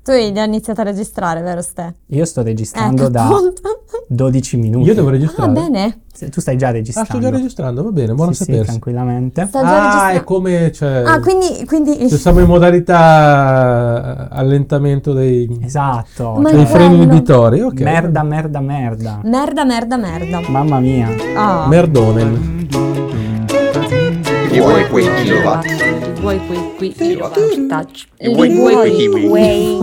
Tu hai già iniziato a registrare, vero Ste? Io sto registrando da appunto. 12 minuti. Io devo registrare? Bene. Tu stai già registrando. Sto già registrando, va bene, buono Sì, sapersi. tranquillamente. Sta già registrando. È come, cioè... quindi... Se siamo in modalità allentamento dei Esatto. Ma dei che freni bello. inibitori, ok. Merda. Merda. Mamma mia. Ah. Merdone. Li vuoi quei kilowatt? Vuoi quei kilowatt? Li vuoi quei kiwi?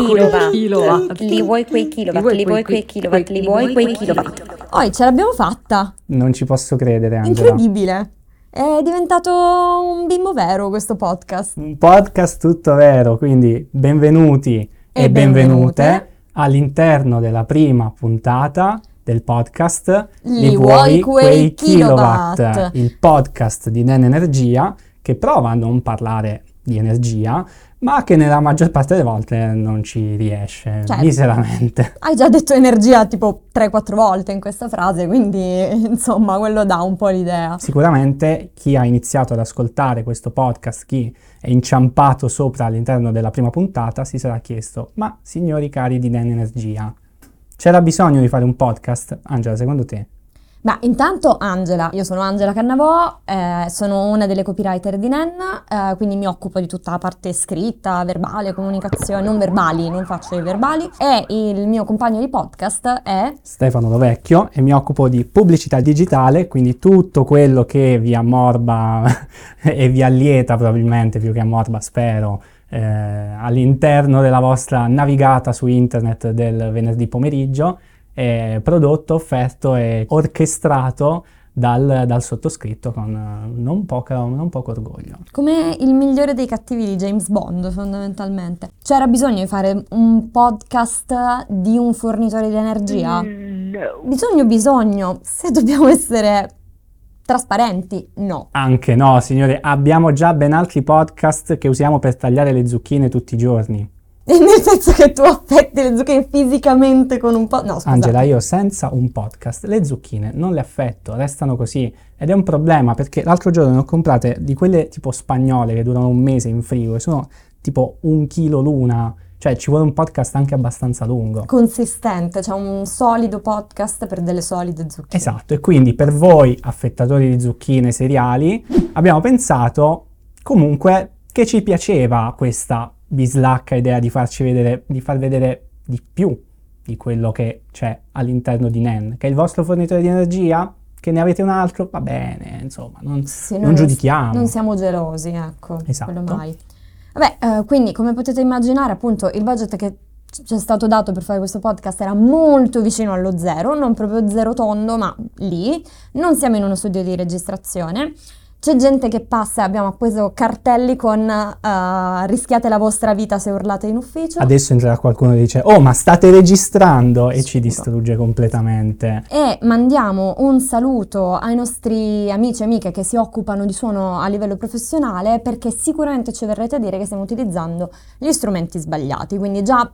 kilowatt? Li vuoi quei kilowatt? Li vuoi quei kilowatt? Li vuoi quei kilowatt? Poi ce l'abbiamo fatta. Non ci posso credere, Angela. Incredibile. È diventato un bimbo vero questo podcast. Un podcast tutto vero, quindi benvenuti E e benvenute benvenute all'interno della prima puntata del podcast Li vuoi quei kilowatt? Il podcast di Nen Energia che prova a non parlare di energia, ma che nella maggior parte delle volte non ci riesce, Certo. miseramente. Hai già detto energia tipo 3-4 volte in questa frase, quindi insomma quello dà un po' l'idea. Sicuramente chi ha iniziato ad ascoltare questo podcast, chi è inciampato sopra all'interno della prima puntata, si sarà chiesto: ma signori cari di Nen Energia, c'era bisogno di fare un podcast? Angela, secondo te? Ma intanto Angela, io sono Angela Cannavò, sono una delle copywriter di Nen, quindi mi occupo di tutta la parte scritta, verbale, comunicazione, non verbali, non faccio i verbali, e il mio compagno di podcast è... Stefano Lovecchio, e mi occupo di pubblicità digitale, quindi tutto quello che vi ammorba e vi allieta probabilmente, più che ammorba spero, all'interno della vostra navigata su internet del venerdì pomeriggio, è prodotto, offerto e orchestrato dal sottoscritto con non poco orgoglio. come il migliore dei cattivi di James Bond, fondamentalmente. C'era bisogno di fare un podcast di un fornitore di energia? No. Bisogno. Se dobbiamo essere trasparenti, no. Anche no, signore, abbiamo già ben altri podcast che usiamo per tagliare le zucchine tutti i giorni. E nel senso che tu affetti le zucchine fisicamente con un po'... No, scusa. Angela, io senza un podcast le zucchine non le affetto, restano così, ed è un problema perché l'altro giorno ne ho comprate di quelle tipo spagnole che durano un mese in frigo e sono tipo 1 chilo l'una, cioè ci vuole un podcast anche abbastanza lungo. Consistente, cioè un solido podcast per delle solide zucchine. Esatto, e quindi per voi affettatori di zucchine seriali abbiamo pensato comunque che ci piaceva questa bislacca idea di far vedere di più di quello che c'è all'interno di Nen, che è il vostro fornitore di energia, che ne avete un altro, va bene, insomma, non giudichiamo. Non siamo gelosi, ecco, Esatto. quello mai. Vabbè, quindi come potete immaginare, appunto, il budget che ci è stato dato per fare questo podcast era molto vicino allo zero, non proprio zero tondo, ma lì. Non siamo in uno studio di registrazione. C'è gente che passa, abbiamo appeso cartelli con rischiate la vostra vita se urlate in ufficio. Adesso entrerà qualcuno e dice: oh, ma state registrando, e ci distrugge completamente. E mandiamo un saluto ai nostri amici e amiche che si occupano di suono a livello professionale, perché sicuramente ci verrete a dire che stiamo utilizzando gli strumenti sbagliati, quindi già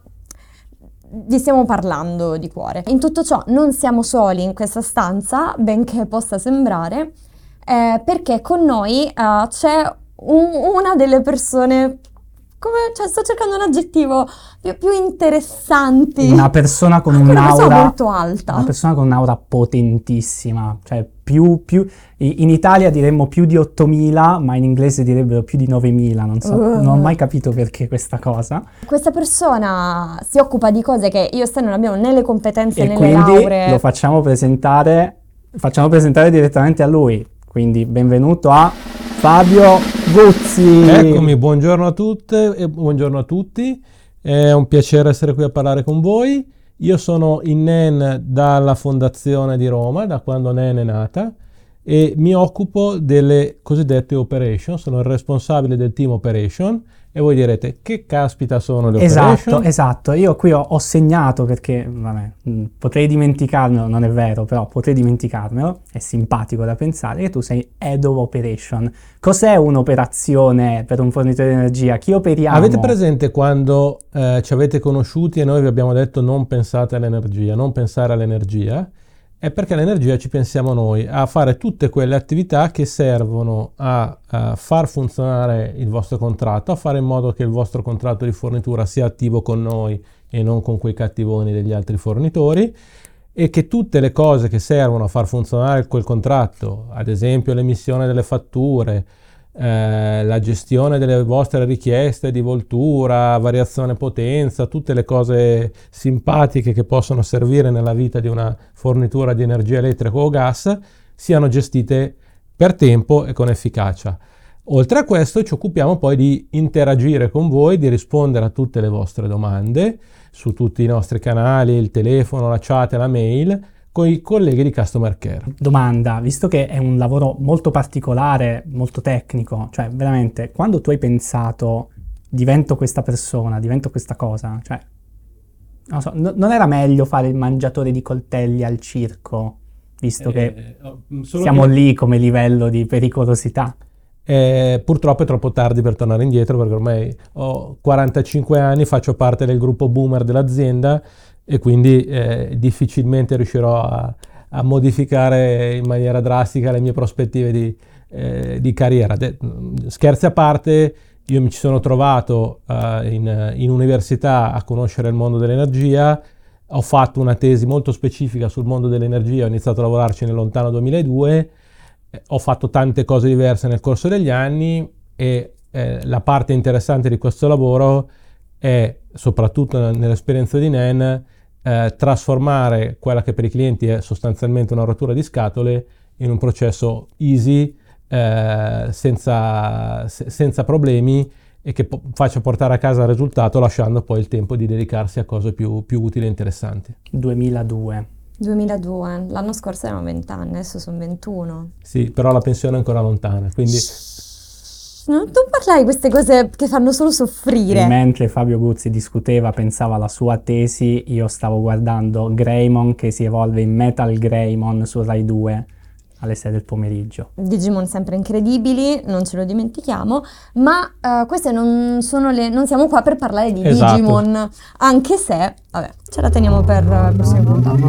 vi stiamo parlando di cuore. In tutto ciò non siamo soli in questa stanza, benché possa sembrare, perché con noi c'è una delle persone, sto cercando un aggettivo più interessanti. Una persona con Una persona un'aura molto alta. Una persona con un'aura potentissima, cioè in Italia diremmo più di 8.000, ma in inglese direbbero più di 9.000, non ho mai capito perché questa cosa. Questa persona si occupa di cose che io e Ste non abbiamo né le competenze E né le quindi lauree. lo facciamo presentare direttamente a lui. Quindi benvenuto a Fabio Guzzi. Eccomi, buongiorno a tutte e buongiorno a tutti. È un piacere essere qui a parlare con voi. Io sono in Nen dalla fondazione di Roma, da quando Nen è nata, e mi occupo delle cosiddette operation. Sono il responsabile del team operation. E voi direte: che caspita sono le operation? Esatto, io qui ho segnato perché, potrei dimenticarmelo, non è vero, però potrei dimenticarmelo, è simpatico da pensare che tu sei Head of Operation. Cos'è un'operazione per un fornitore di energia? Chi operiamo? Avete presente quando ci avete conosciuti e noi vi abbiamo detto non pensate all'energia, non pensare all'energia? è perché l'energia ci pensiamo noi, a fare tutte quelle attività che servono a far funzionare il vostro contratto, a fare in modo che il vostro contratto di fornitura sia attivo con noi e non con quei cattivoni degli altri fornitori, e che tutte le cose che servono a far funzionare quel contratto, ad esempio l'emissione delle fatture, la gestione delle vostre richieste di voltura, variazione potenza, tutte le cose simpatiche che possono servire nella vita di una fornitura di energia elettrica o gas, siano gestite per tempo e con efficacia. Oltre a questo ci occupiamo poi di interagire con voi, di rispondere a tutte le vostre domande su tutti i nostri canali, il telefono, la chat e la mail, con i colleghi di Customer Care. Domanda, visto che è un lavoro molto particolare, molto tecnico, cioè veramente, quando tu hai pensato divento questa persona, divento questa cosa, cioè, non so, non era meglio fare il mangiatore di coltelli al circo, visto che siamo lì come livello di pericolosità? Purtroppo è troppo tardi per tornare indietro, perché ormai ho 45 anni, faccio parte del gruppo boomer dell'azienda e quindi difficilmente riuscirò a modificare in maniera drastica le mie prospettive di carriera. Scherzi a parte, io mi ci sono trovato in università a conoscere il mondo dell'energia, ho fatto una tesi molto specifica sul mondo dell'energia, ho iniziato a lavorarci nel lontano 2002, ho fatto tante cose diverse nel corso degli anni e la parte interessante di questo lavoro è, soprattutto nell'esperienza di NEN, trasformare quella che per i clienti è sostanzialmente una rottura di scatole in un processo easy, senza problemi, e che faccia portare a casa il risultato, lasciando poi il tempo di dedicarsi a cose più utili e interessanti. 2002, l'anno scorso erano 20 anni, adesso sono 21. Sì, però la pensione è ancora lontana, quindi... Non parlare di queste cose che fanno solo soffrire. E mentre Fabio Guzzi discuteva, pensava alla sua tesi, io stavo guardando Greymon che si evolve in Metal Greymon su Rai 2 alle 6 del pomeriggio. Digimon sempre incredibili, non ce lo dimentichiamo, ma queste non siamo qua per parlare di Digimon, anche se, vabbè, ce la teniamo per la prossima puntata.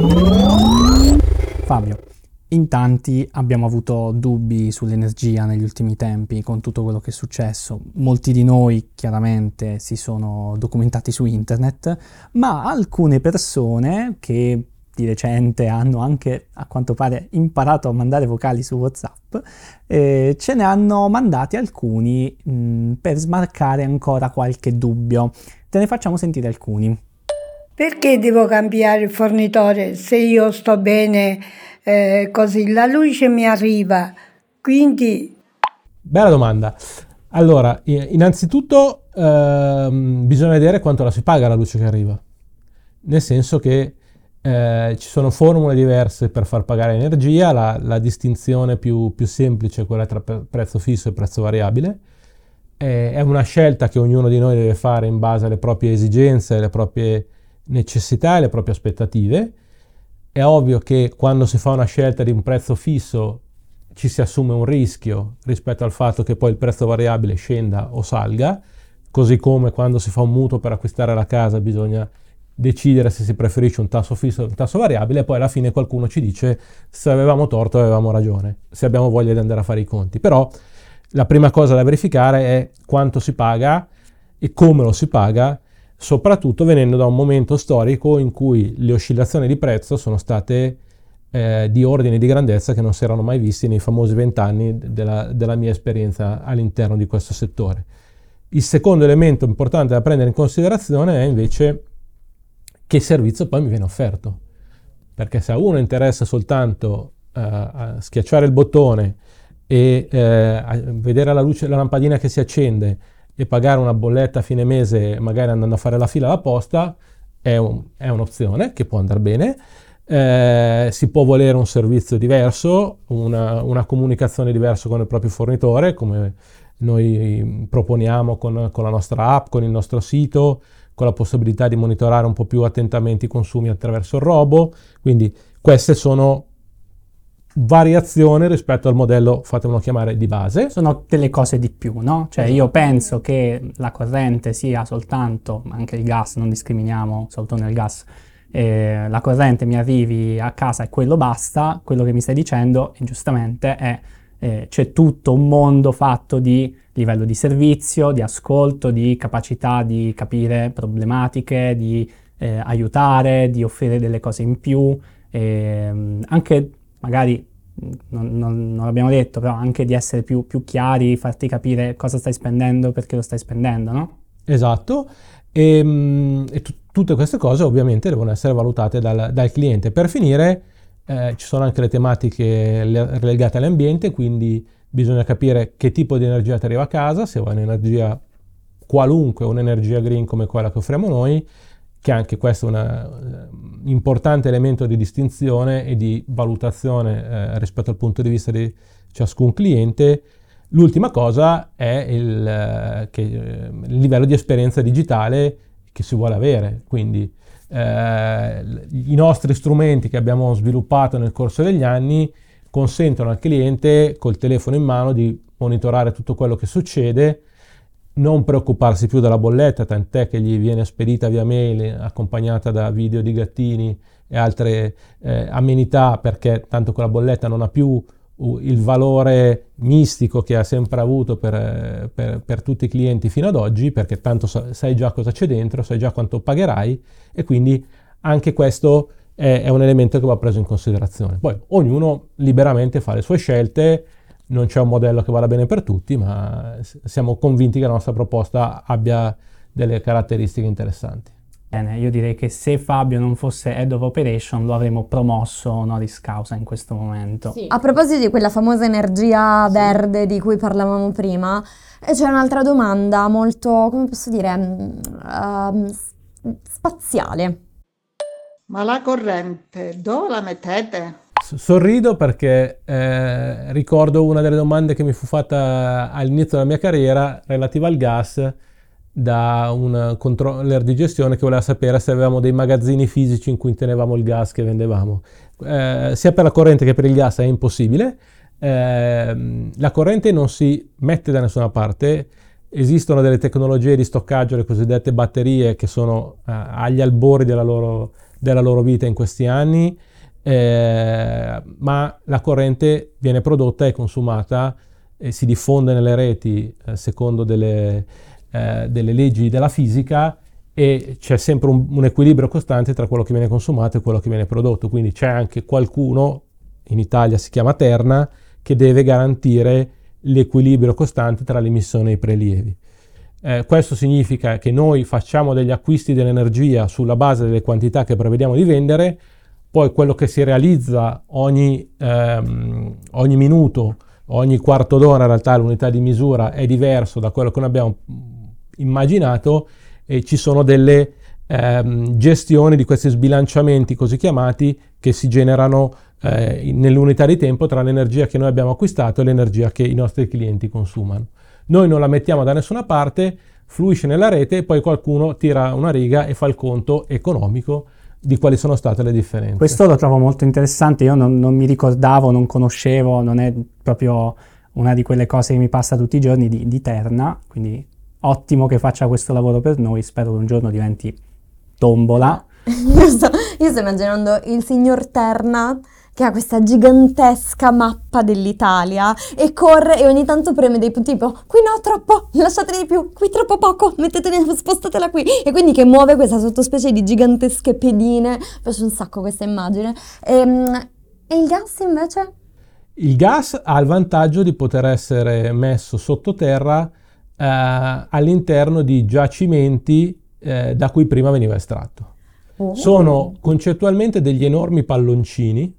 Fabio, in tanti abbiamo avuto dubbi sull'energia negli ultimi tempi con tutto quello che è successo. Molti di noi chiaramente si sono documentati su internet, ma alcune persone che di recente hanno anche, a quanto pare, imparato a mandare vocali su WhatsApp, ce ne hanno mandati alcuni per smarcare ancora qualche dubbio. Te ne facciamo sentire alcuni. Perché devo cambiare il fornitore se io sto bene così? La luce mi arriva, quindi... Bella domanda. Allora, innanzitutto bisogna vedere quanto la si paga la luce che arriva. Nel senso che ci sono formule diverse per far pagare energia, la distinzione più semplice è quella tra prezzo fisso e prezzo variabile. È una scelta che ognuno di noi deve fare in base alle proprie esigenze, alle proprie necessità e le proprie aspettative. È ovvio che quando si fa una scelta di un prezzo fisso ci si assume un rischio rispetto al fatto che poi il prezzo variabile scenda o salga, così come quando si fa un mutuo per acquistare la casa bisogna decidere se si preferisce un tasso fisso o un tasso variabile, e poi alla fine qualcuno ci dice se avevamo torto o avevamo ragione, se abbiamo voglia di andare a fare i conti. Però la prima cosa da verificare è quanto si paga e come lo si paga, soprattutto venendo da un momento storico in cui le oscillazioni di prezzo sono state di ordini di grandezza che non si erano mai visti nei famosi 20 anni della mia esperienza all'interno di questo settore. Il secondo elemento importante da prendere in considerazione è invece che servizio poi mi viene offerto, perché se a uno interessa soltanto a schiacciare il bottone e a vedere la luce, la lampadina che si accende e pagare una bolletta a fine mese magari andando a fare la fila alla posta, è un'opzione che può andare bene. Si può volere un servizio diverso, una comunicazione diversa con il proprio fornitore, come noi proponiamo con la nostra app, con il nostro sito, con la possibilità di monitorare un po' più attentamente i consumi attraverso il robo. Quindi queste sono variazioni rispetto al modello, fatemelo chiamare, di base. Sono delle cose di più, no? Cioè io penso che la corrente sia soltanto, anche il gas, non discriminiamo soltanto nel gas, la corrente mi arrivi a casa e quello basta, quello che mi stai dicendo, e giustamente, è c'è tutto un mondo fatto di livello di servizio, di ascolto, di capacità di capire problematiche, di aiutare, di offrire delle cose in più, anche magari, non l'abbiamo detto, però anche di essere più chiari, farti capire cosa stai spendendo, perché lo stai spendendo, no? Esatto, e tutte queste cose ovviamente devono essere valutate dal cliente. Per finire, ci sono anche le tematiche legate all'ambiente, quindi bisogna capire che tipo di energia ti arriva a casa, se vuoi un'energia qualunque o un'energia green come quella che offriamo noi, che anche questo è un importante elemento di distinzione e di valutazione rispetto al punto di vista di ciascun cliente. L'ultima cosa è il livello di esperienza digitale che si vuole avere, quindi i nostri strumenti che abbiamo sviluppato nel corso degli anni consentono al cliente col telefono in mano di monitorare tutto quello che succede, non preoccuparsi più della bolletta, tant'è che gli viene spedita via mail accompagnata da video di gattini e altre amenità, perché tanto quella bolletta non ha più il valore mistico che ha sempre avuto per tutti i clienti fino ad oggi, perché tanto sai già cosa c'è dentro, sai già quanto pagherai, e quindi anche questo è un elemento che va preso in considerazione. Poi ognuno liberamente fa le sue scelte, non c'è un modello che vada bene per tutti, ma siamo convinti che la nostra proposta abbia delle caratteristiche interessanti. Bene, io direi che se Fabio non fosse Head of Operation lo avremmo promosso honoris causa in questo momento. Sì. A proposito di quella famosa energia verde di cui parlavamo prima, c'è un'altra domanda molto, come posso dire, spaziale. Ma la corrente dove la mettete? Sorrido perché ricordo una delle domande che mi fu fatta all'inizio della mia carriera relativa al gas da un controller di gestione che voleva sapere se avevamo dei magazzini fisici in cui tenevamo il gas che vendevamo. Sia per la corrente che per il gas è impossibile. La corrente non si mette da nessuna parte. Esistono delle tecnologie di stoccaggio, le cosiddette batterie, che sono agli albori della loro vita in questi anni, ma la corrente viene prodotta e consumata e si diffonde nelle reti secondo delle leggi della fisica, e c'è sempre un equilibrio costante tra quello che viene consumato e quello che viene prodotto. Quindi c'è anche qualcuno, in Italia si chiama Terna, che deve garantire l'equilibrio costante tra l'emissione e i prelievi. Questo significa che noi facciamo degli acquisti dell'energia sulla base delle quantità che prevediamo di vendere, poi quello che si realizza ogni minuto, ogni quarto d'ora, in realtà l'unità di misura è diverso da quello che noi abbiamo immaginato, e ci sono delle gestioni di questi sbilanciamenti così chiamati che si generano nell'unità di tempo tra l'energia che noi abbiamo acquistato e l'energia che i nostri clienti consumano. Noi non la mettiamo da nessuna parte, fluisce nella rete e poi qualcuno tira una riga e fa il conto economico di quali sono state le differenze. Questo lo trovo molto interessante, io non mi ricordavo, non conoscevo, non è proprio una di quelle cose che mi passa tutti i giorni di Terna, quindi ottimo che faccia questo lavoro per noi, spero che un giorno diventi tombola. Io sto immaginando il signor Terna che ha questa gigantesca mappa dell'Italia e corre e ogni tanto preme dei punti tipo qui no troppo, lasciatene di più, qui troppo poco, mettetene, spostatela qui, e quindi che muove questa sottospecie di gigantesche pedine. Mi piace un sacco questa immagine. E il gas invece? Il gas ha il vantaggio di poter essere messo sottoterra all'interno di giacimenti da cui prima veniva estratto. Sono concettualmente degli enormi palloncini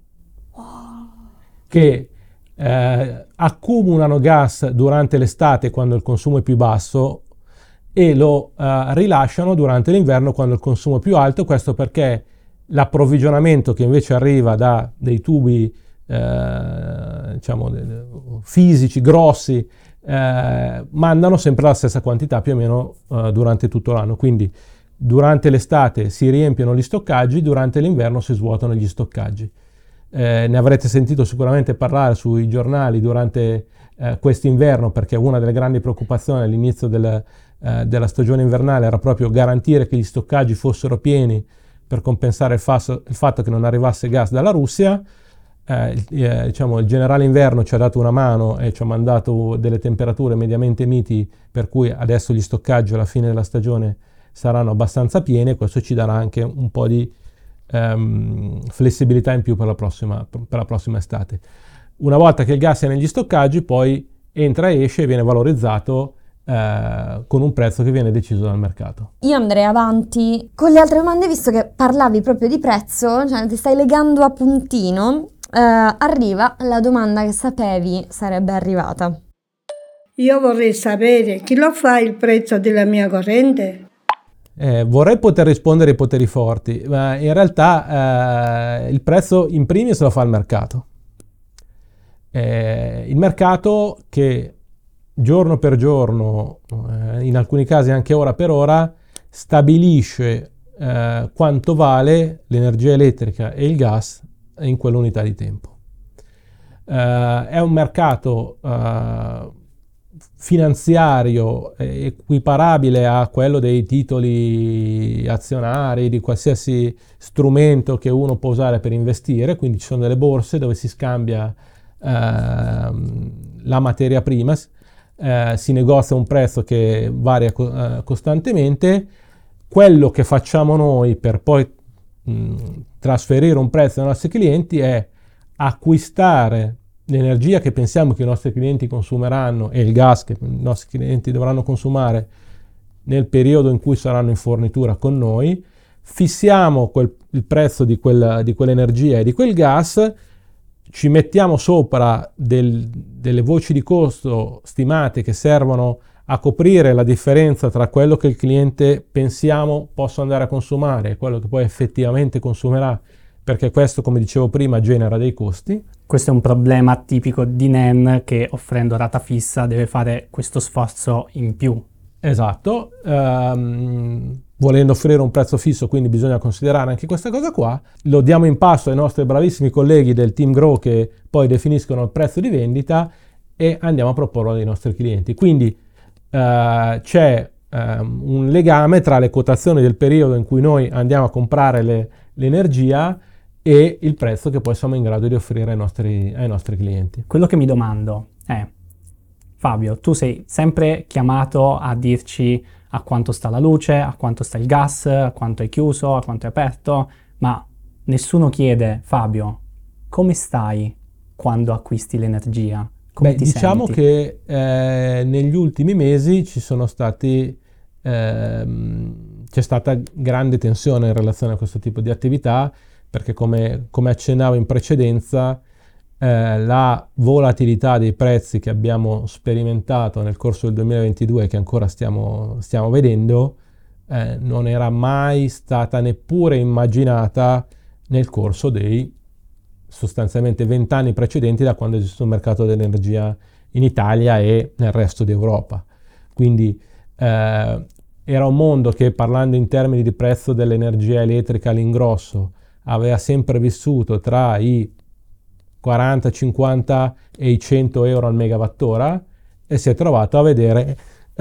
che accumulano gas durante l'estate quando il consumo è più basso e lo rilasciano durante l'inverno quando il consumo è più alto. Questo perché l'approvvigionamento che invece arriva da dei tubi diciamo fisici grossi mandano sempre la stessa quantità più o meno durante tutto l'anno. Quindi durante l'estate si riempiono gli stoccaggi, durante l'inverno si svuotano gli stoccaggi. Ne avrete sentito sicuramente parlare sui giornali durante quest'inverno, perché una delle grandi preoccupazioni all'inizio della stagione invernale era proprio garantire che gli stoccaggi fossero pieni per compensare il fatto che non arrivasse gas dalla Russia. Diciamo, il generale inverno ci ha dato una mano e ci ha mandato delle temperature mediamente miti, per cui adesso gli stoccaggi alla fine della stagione saranno abbastanza pieni, e questo ci darà anche un po' di flessibilità in più per la prossima estate. Una volta che il gas è negli stoccaggi, poi entra e esce e viene valorizzato con un prezzo che viene deciso dal mercato. Io andrei avanti con le altre domande, visto che parlavi proprio di prezzo, cioè ti stai legando a puntino. Arriva la domanda che sapevi sarebbe arrivata. Io vorrei sapere chi lo fa il prezzo della mia corrente? Vorrei poter rispondere ai poteri forti, ma in realtà il prezzo in primis lo fa il mercato. Il mercato che giorno per giorno, in alcuni casi anche ora per ora, stabilisce quanto vale l'energia elettrica e il gas in quell'unità di tempo. È un mercato finanziario equiparabile a quello dei titoli azionari, di qualsiasi strumento che uno può usare per investire, quindi ci sono delle borse dove si scambia la materia prima, si negozia un prezzo che varia costantemente. Quello che facciamo noi per poi trasferire un prezzo ai nostri clienti è acquistare l'energia che pensiamo che i nostri clienti consumeranno e il gas che i nostri clienti dovranno consumare nel periodo in cui saranno in fornitura con noi, fissiamo il prezzo di quell'energia e di quel gas, ci mettiamo sopra delle voci di costo stimate che servono a coprire la differenza tra quello che il cliente pensiamo possa andare a consumare e quello che poi effettivamente consumerà, perché questo, come dicevo prima, genera dei costi. Questo è un problema tipico di NEN, che offrendo rata fissa deve fare questo sforzo in più. Esatto, volendo offrire un prezzo fisso, quindi bisogna considerare anche questa cosa qua. Lo diamo in pasto ai nostri bravissimi colleghi del team Grow, che poi definiscono il prezzo di vendita e andiamo a proporlo ai nostri clienti. Quindi c'è un legame tra le quotazioni del periodo in cui noi andiamo a comprare l'energia e il prezzo che poi siamo in grado di offrire ai nostri clienti. Quello che mi domando è: Fabio, tu sei sempre chiamato a dirci a quanto sta la luce, a quanto sta il gas, a quanto è chiuso, a quanto è aperto, ma nessuno chiede: Fabio, come stai quando acquisti l'energia? Come ti diciamo senti? che negli ultimi mesi c'è stata grande tensione in relazione a questo tipo di attività, perché come accennavo in precedenza, la volatilità dei prezzi che abbiamo sperimentato nel corso del 2022 e che ancora stiamo vedendo non era mai stata neppure immaginata nel corso dei sostanzialmente 20 anni precedenti, da quando esiste un mercato dell'energia in Italia e nel resto d'Europa. Quindi era un mondo che, parlando in termini di prezzo dell'energia elettrica all'ingrosso, aveva sempre vissuto tra i 40, 50 e i 100 euro al megawattora, e si è trovato a vedere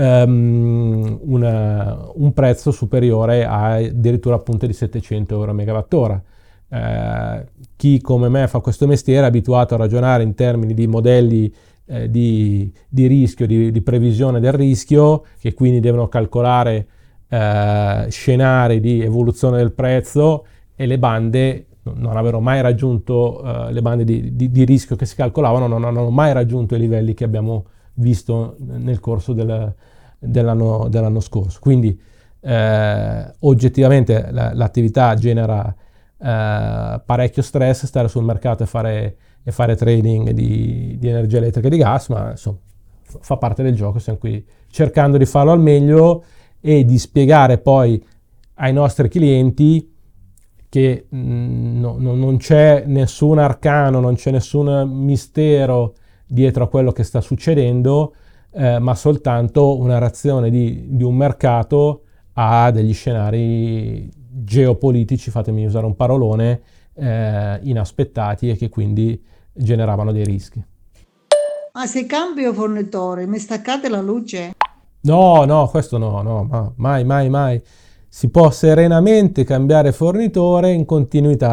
un prezzo superiore a addirittura a punte di 700 euro al megawattora. Chi come me fa questo mestiere è abituato a ragionare in termini di modelli di rischio, di previsione del rischio, che quindi devono calcolare scenari di evoluzione del prezzo, e le bande non avevano mai raggiunto, le bande di rischio che si calcolavano non hanno mai raggiunto i livelli che abbiamo visto nel corso dell'anno scorso. Quindi oggettivamente l'attività genera parecchio stress, stare sul mercato e fare trading di energia elettrica e di gas, ma insomma fa parte del gioco. Siamo qui cercando di farlo al meglio e di spiegare poi ai nostri clienti che non c'è nessun arcano, non c'è nessun mistero dietro a quello che sta succedendo, ma soltanto una reazione di un mercato a degli scenari geopolitici, fatemi usare un parolone, inaspettati, e che quindi generavano dei rischi. Ma se cambio fornitore, mi staccate la luce? No, questo no, mai. si può serenamente cambiare fornitore in continuità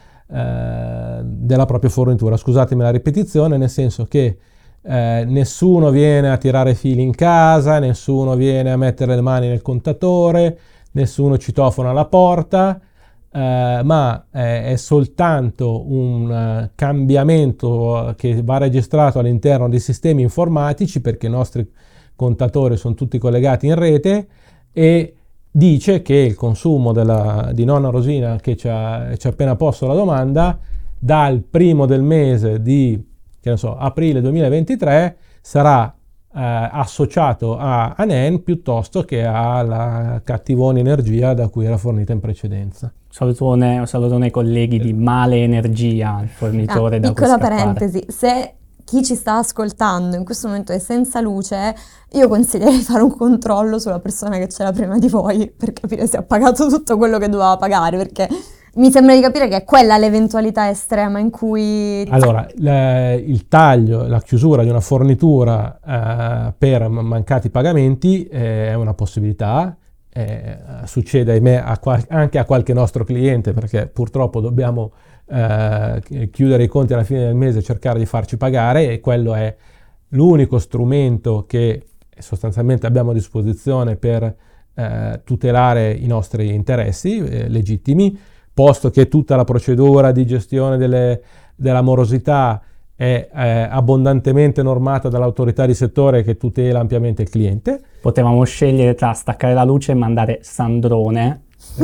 della propria fornitura. Scusatemi la ripetizione, nel senso che nessuno viene a tirare fili in casa, nessuno viene a mettere le mani nel contatore, nessuno citofona alla porta, ma è soltanto un cambiamento che va registrato all'interno dei sistemi informatici, perché i nostri contatori sono tutti collegati in rete, e dice che il consumo di nonna Rosina, che ci ha appena posto la domanda, dal primo del mese di aprile 2023 sarà associato a NEN piuttosto che alla Cattivoni Energia da cui era fornita in precedenza. Salutone ai colleghi di Male Energia, il fornitore da cui piccola scappare. parentesi, se chi ci sta ascoltando in questo momento è senza luce, io consiglierei di fare un controllo sulla persona che c'era prima di voi per capire se ha pagato tutto quello che doveva pagare, perché mi sembra di capire che è quella l'eventualità estrema in cui... Allora, il taglio, la chiusura di una fornitura per mancati pagamenti è una possibilità, succede ahimè anche a qualche nostro cliente, perché purtroppo dobbiamo chiudere i conti alla fine del mese e cercare di farci pagare, e quello è l'unico strumento che sostanzialmente abbiamo a disposizione per tutelare i nostri interessi legittimi, posto che tutta la procedura di gestione della morosità è abbondantemente normata dall'autorità di settore che tutela ampiamente il cliente. Potevamo scegliere tra staccare la luce e mandare Sandrone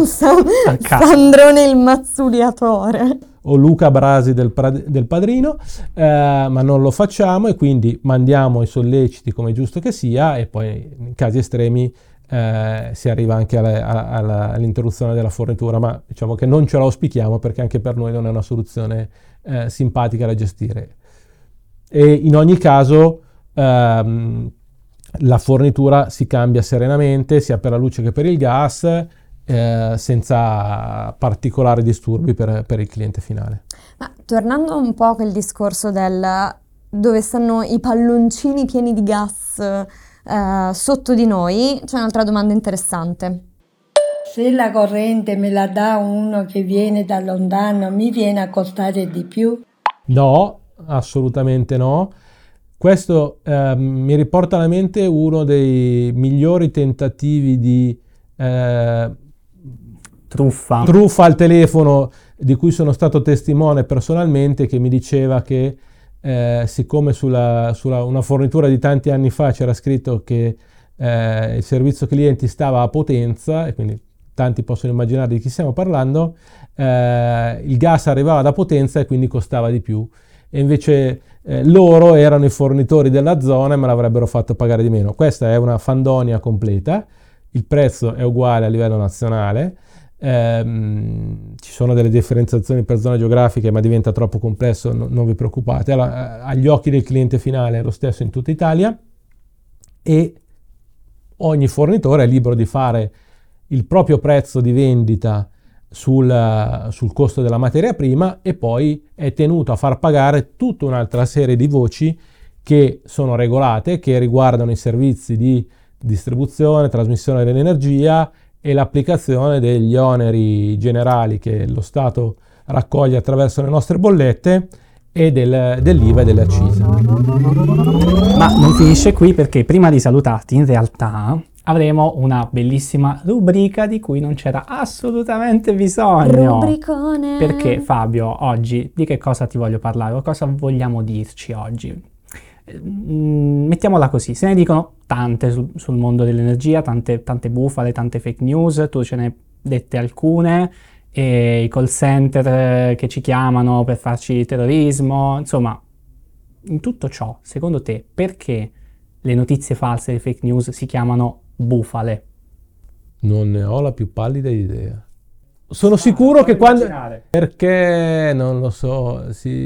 a casa. Sandrone il mazzuliatore. O Luca Brasi del Padrino, ma non lo facciamo, e quindi mandiamo i solleciti come è giusto che sia, e poi in casi estremi si arriva anche all'interruzione della fornitura, ma diciamo che non ce la auspichiamo, perché anche per noi non è una soluzione simpatica da gestire. E in ogni caso la fornitura si cambia serenamente sia per la luce che per il gas, senza particolari disturbi per il cliente finale. Ma tornando un po' a quel discorso dove stanno i palloncini pieni di gas sotto di noi, c'è un'altra domanda interessante. Se la corrente me la dà uno che viene da lontano, mi viene a costare di più? No, assolutamente no. Questo mi riporta alla mente uno dei migliori tentativi di truffa al telefono di cui sono stato testimone personalmente, che mi diceva che siccome sulla una fornitura di tanti anni fa c'era scritto che il servizio clienti stava a Potenza, e quindi tanti possono immaginare di chi stiamo parlando, il gas arrivava da Potenza e quindi costava di più, e invece loro erano i fornitori della zona e me l'avrebbero fatto pagare di meno. Questa è una fandonia completa, il prezzo è uguale a livello nazionale. Ci sono delle differenziazioni per zone geografiche, ma diventa troppo complesso, non vi preoccupate. Agli occhi del cliente finale è lo stesso in tutta Italia, e ogni fornitore è libero di fare il proprio prezzo di vendita sul costo della materia prima, e poi è tenuto a far pagare tutta un'altra serie di voci che sono regolate, che riguardano i servizi di distribuzione, trasmissione dell'energia e l'applicazione degli oneri generali che lo Stato raccoglie attraverso le nostre bollette, e dell'IVA e delle accise. Ma non finisce qui, perché prima di salutarti in realtà avremo una bellissima rubrica di cui non c'era assolutamente bisogno. Rubricone. Perché Fabio, oggi di che cosa ti voglio parlare? O cosa vogliamo dirci oggi? Mettiamola così, se ne dicono tante sul mondo dell'energia, tante bufale, tante fake news, tu ce ne hai dette alcune, e i call center che ci chiamano per farci terrorismo, insomma, in tutto ciò, secondo te, perché le notizie false e le fake news si chiamano bufale? Non ne ho la più pallida idea. Sono sicuro che quando... Perché, non lo so,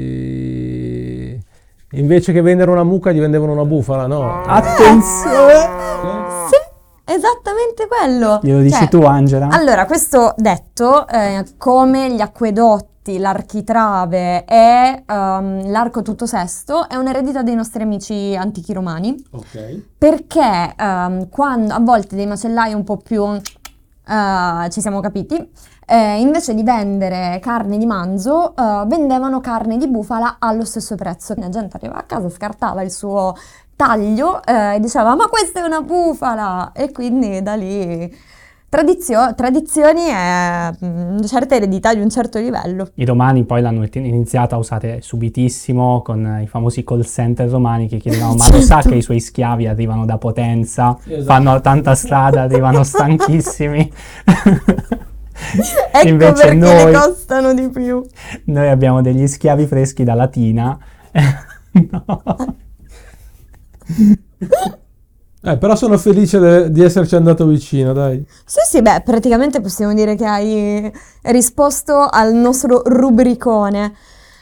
invece che vendere una mucca gli vendevano una bufala, no? Attenzione! Sì, esattamente quello. Glielo dici tu, Angela? Allora, questo detto, come gli acquedotti, l'architrave e l'arco tutto sesto, è un'eredità dei nostri amici antichi romani. Ok. Perché quando a volte dei macellai un po' più ci siamo capiti. Invece di vendere carne di manzo, vendevano carne di bufala allo stesso prezzo. La gente arrivava a casa, scartava il suo taglio e diceva ma questa è una bufala, e quindi da lì tradizioni e una certa eredità di un certo livello. I romani poi l'hanno iniziata a usare subitissimo con i famosi call center romani che chiedevano ma lo sa che i suoi schiavi arrivano da Potenza, fanno tanta strada, arrivano stanchissimi. Ecco Invece perché noi ne costano di più. Noi abbiamo degli schiavi freschi da Latina. No. Però sono felice di esserci andato vicino, dai. Sì, beh, praticamente possiamo dire che hai risposto al nostro rubricone.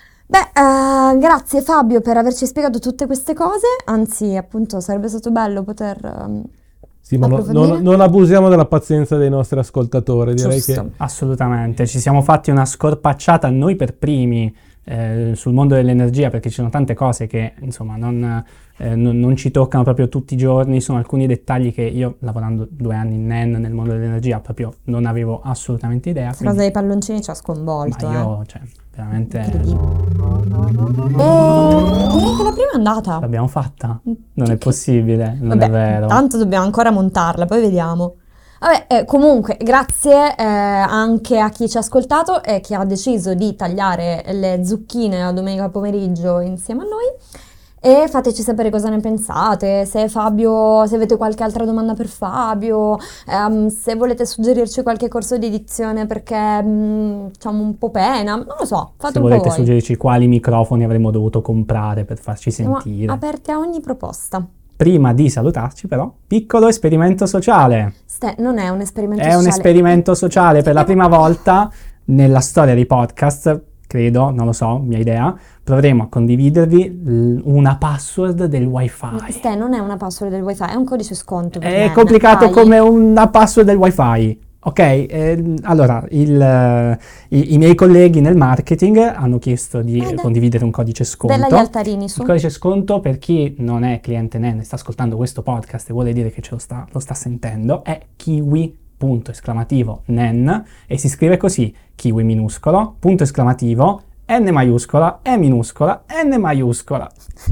Beh, grazie Fabio per averci spiegato tutte queste cose, anzi, appunto, sarebbe stato bello poter Sì, ma approfondire. non abusiamo della pazienza dei nostri ascoltatori, direi Giusto. che... Assolutamente, ci siamo fatti una scorpacciata noi per primi sul mondo dell'energia, perché ci sono tante cose che insomma non ci toccano proprio tutti i giorni, sono alcuni dettagli che io, lavorando 2 anni in NEN nel mondo dell'energia, proprio non avevo assolutamente idea. Questa cosa dei palloncini ci ha sconvolto. Ma io, cioè, veramente Direi che la prima è andata. l'abbiamo fatta? Non è possibile, non Vabbè, è vero. tanto dobbiamo ancora montarla, poi vediamo. Vabbè, comunque, grazie anche a chi ci ha ascoltato e chi ha deciso di tagliare le zucchine la domenica pomeriggio insieme a noi. E fateci sapere cosa ne pensate, se avete qualche altra domanda per Fabio, se volete suggerirci qualche corso di edizione perché facciamo un po' pena, non lo so, fate Se un po' volete voi. suggerirci quali microfoni avremmo dovuto comprare per farci Siamo sentire. aperti a ogni proposta. Prima di salutarci però, piccolo esperimento sociale. Non è un esperimento È un sociale. esperimento sociale per la prima volta nella storia dei podcast, credo, non lo so, mia idea. Proveremo a condividervi una password del wifi. Non è una password del wifi, è un codice sconto. per È me. complicato Dai. come una password del wifi. Ok, allora i miei colleghi nel marketing hanno chiesto di Dai. condividere un codice sconto. Della gli altarini su. Il codice sconto, per chi non è cliente NEN e sta ascoltando questo podcast e vuole dire che lo sta sentendo, è kiwi punto esclamativo NEN e si scrive così: kiwi minuscolo, punto esclamativo, N maiuscola, E minuscola, N maiuscola.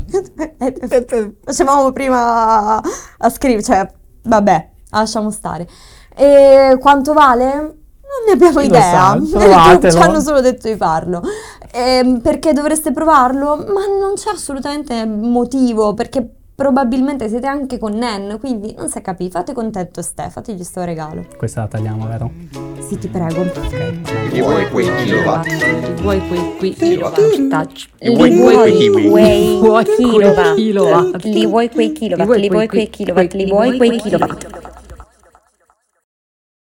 Facevamo prima a scrivere, cioè, vabbè, lasciamo stare. E quanto vale? Non ne abbiamo Chi lo idea. sa, provatelo. Ci hanno solo detto di farlo. Perché dovreste provarlo? Ma non c'è assolutamente motivo, perché probabilmente siete anche con NEN, quindi non si è capito. Fate contento Ste, fategli sto regalo. Questa la tagliamo, vero? Sì, ti prego. Li vuoi quei kilowatt? Li vuoi quei Kilowatt. touch? Li vuoi vuoi kiwi? quei Vuoi kilowatt? kilowatt? Li vuoi quei kilowatt? Li vuoi quei kilowatt? Li vuoi quei kilowatt?